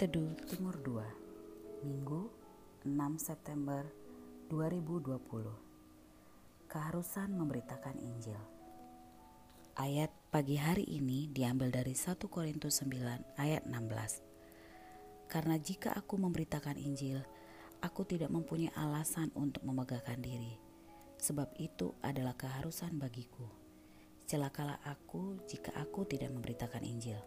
Teduh Timur 2, Minggu 6 September 2020. Keharusan memberitakan Injil. Ayat pagi hari ini diambil dari 1 Korintus 9 ayat 16. Karena jika aku memberitakan Injil, aku tidak mempunyai alasan untuk memegahkan diri, sebab itu adalah keharusan bagiku. Celakalah aku jika aku tidak memberitakan Injil.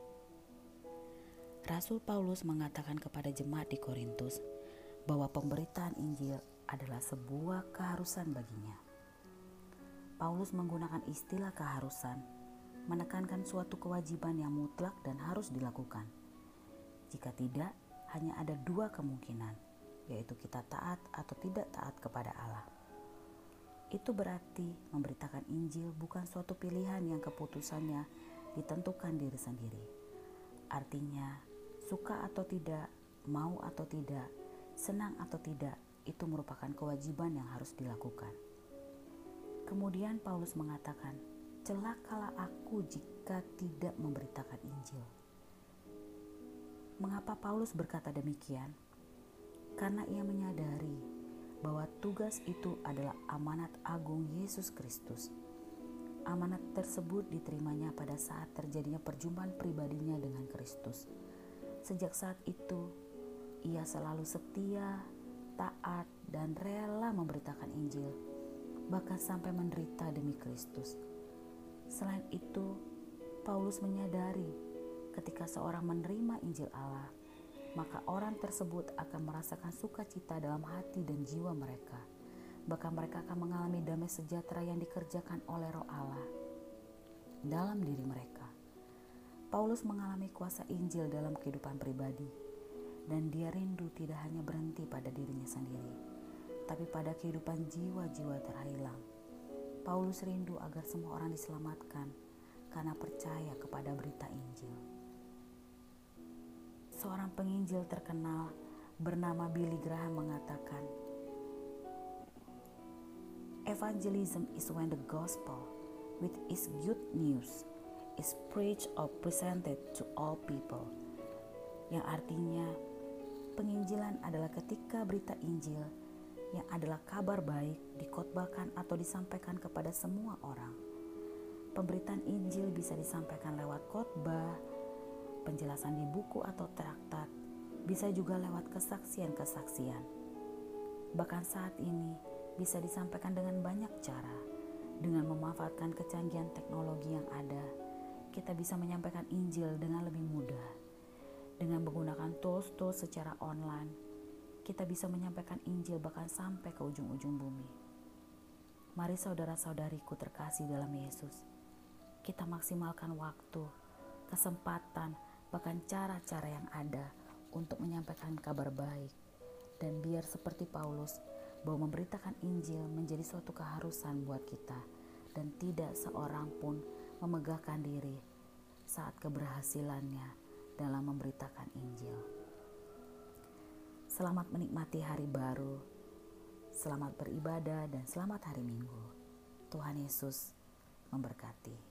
Rasul Paulus mengatakan kepada jemaat di Korintus bahwa pemberitaan Injil adalah sebuah keharusan baginya. Paulus menggunakan istilah keharusan, menekankan suatu kewajiban yang mutlak dan harus dilakukan. Jika tidak, hanya ada dua kemungkinan, yaitu kita taat atau tidak taat kepada Allah. Itu berarti memberitakan Injil bukan suatu pilihan yang keputusannya ditentukan diri sendiri. Artinya, suka atau tidak, mau atau tidak, senang atau tidak, itu merupakan kewajiban yang harus dilakukan. Kemudian Paulus mengatakan, celakalah aku jika tidak memberitakan Injil. Mengapa Paulus berkata demikian? Karena ia menyadari bahwa tugas itu adalah amanat agung Yesus Kristus. Amanat tersebut diterimanya pada saat terjadinya perjumpaan pribadinya dengan Kristus. Sejak saat itu, ia selalu setia, taat, dan rela memberitakan Injil, bahkan sampai menderita demi Kristus. Selain itu, Paulus menyadari ketika seorang menerima Injil Allah, maka orang tersebut akan merasakan sukacita dalam hati dan jiwa mereka. Bahkan mereka akan mengalami damai sejahtera yang dikerjakan oleh Roh Allah dalam diri mereka. Paulus mengalami kuasa Injil dalam kehidupan pribadi, dan dia rindu tidak hanya berhenti pada dirinya sendiri, tapi pada kehidupan jiwa-jiwa terhilang. Paulus rindu agar semua orang diselamatkan karena percaya kepada berita Injil. Seorang penginjil terkenal bernama Billy Graham mengatakan, "Evangelism is when the gospel, with its good news, is preached or presented to all people." Yang artinya, penginjilan adalah ketika berita Injil yang adalah kabar baik dikhotbahkan atau disampaikan kepada semua orang. Pemberitaan Injil bisa disampaikan lewat khotbah, penjelasan di buku atau traktat, bisa juga lewat kesaksian-kesaksian. Bahkan saat ini bisa disampaikan dengan banyak cara. Dengan memanfaatkan kecanggihan teknologi yang ada, kita bisa menyampaikan Injil dengan lebih mudah. Dengan menggunakan tools-tools secara online, kita bisa menyampaikan Injil bahkan sampai ke ujung-ujung bumi. Mari saudara-saudariku terkasih dalam Yesus, kita maksimalkan waktu, kesempatan, bahkan cara-cara yang ada untuk menyampaikan kabar baik. Dan biar seperti Paulus, bahwa memberitakan Injil menjadi suatu keharusan buat kita, dan tidak seorang pun memegahkan diri saat keberhasilannya dalam memberitakan Injil. Selamat menikmati hari baru, selamat beribadah, dan selamat hari Minggu. Tuhan Yesus memberkati.